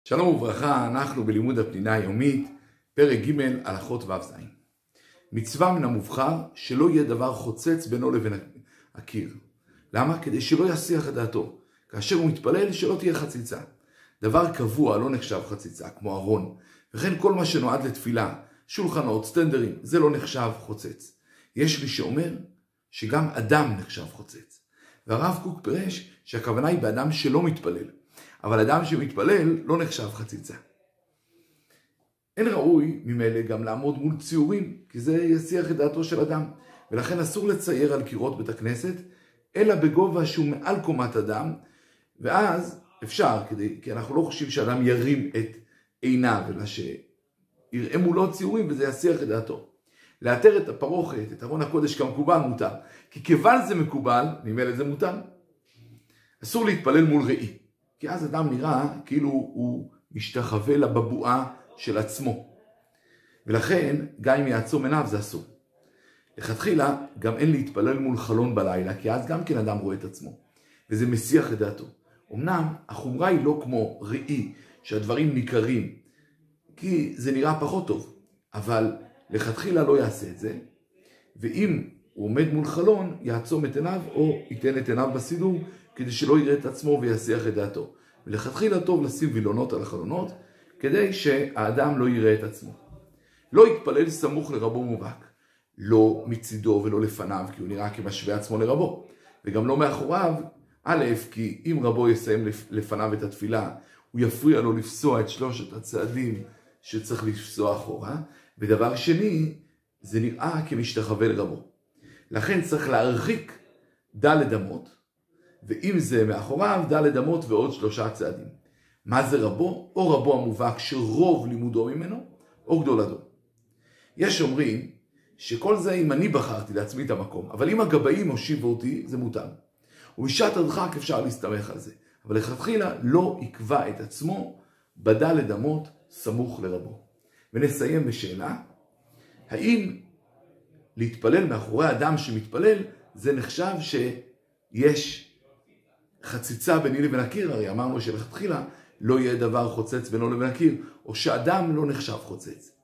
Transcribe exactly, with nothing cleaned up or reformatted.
שלום וברכה, אנחנו בלימוד הפנינה היומית, פרק ג' הלכות ו' ז'. מצווה מן המובחר שלא יהיה דבר חוצץ בינו לבין הקיר. למה? כדי שלא יסיח את דעתו. כאשר הוא מתפלל שלא תהיה חציצה. דבר קבוע לא נחשב חציצה, כמו ארון. וכן כל מה שנועד לתפילה, שולחנות, סטנדרים, זה לא נחשב חוצץ. יש לי שאומר שגם אדם נחשב חוצץ. והרב קוק פירש שהכוונה היא באדם שלא מתפלל. אבל אדם שמתפלל לא נחשב חציצה. אין ראוי ממילא גם לעמוד מול ציורים, כי זה יסיח את דעתו של אדם. ולכן אסור לצייר על קירות בית הכנסת, אלא בגובה שהוא מעל קומת אדם, ואז אפשר, כדי, כי אנחנו לא חושבים שאדם ירים את עיניו, אלא שיראה מולו ציורים וזה יסיח את דעתו. לאתר את הפרוכת, את ארון הקודש כמקובל מותר, כי כיוון זה מקובל, ממילא זה מותר. אסור להתפלל מול ראי. כי אז אדם נראה כאילו הוא משתחווה לבבואה של עצמו. ולכן, גם אם יעצום עיניו זה אסור. לכתחילה, גם אין להתפלל מול חלון בלילה, כי אז גם כן אדם רואה את עצמו. וזה מסיח את דעתו. אמנם, החומרה היא לא כמו ראי, שהדברים ניכרים, כי זה נראה פחות טוב. אבל לכתחילה לא יעשה את זה. ואם הוא עומד מול חלון, יעצום את עיניו, או ייתן את עיניו בסידור, כדי שלא יראה את עצמו ויסיח את דעתו. ולכתחילה טוב לשים וילונות על החלונות, כדי שהאדם לא יראה את עצמו. לא יתפלל סמוך לרבו מובהק, לא מצידו ולא לפניו, כי הוא נראה כמשווה עצמו לרבו. וגם לא מאחוריו, א', כי אם רבו יסיים לפניו את התפילה, הוא יפריע לו לפסוע את שלושת הצעדים שצריך לפסוע אחורה. ודבר שני, זה נראה כמשתחווה לרבו. לכן צריך להרחיק ד' אמות, ואם זה מאחוריו, ד' אמות ועוד שלושה צעדים. מה זה רבו? או רבו המובהק שרוב לימודו ממנו, או גדולתו. יש אומרים שכל זה אם אני בחרתי לעצמי את המקום, אבל אם הגבאים הושיבו אותי, זה מותר. ובשעת הדחק אפשר להסתמך על זה. אבל לכתחילה לא יקבע את עצמו בד' אמות סמוך לרבו. ונסיים בשאלה, האם להתפלל מאחורי אדם שמתפלל, זה נחשב שיש חציצה ביני לבין הקיר? הרי אמרנו שלכתחילה לא יהיה דבר חוצץ בינו לבין הקיר, או שאדם לא נחשב חוצץ.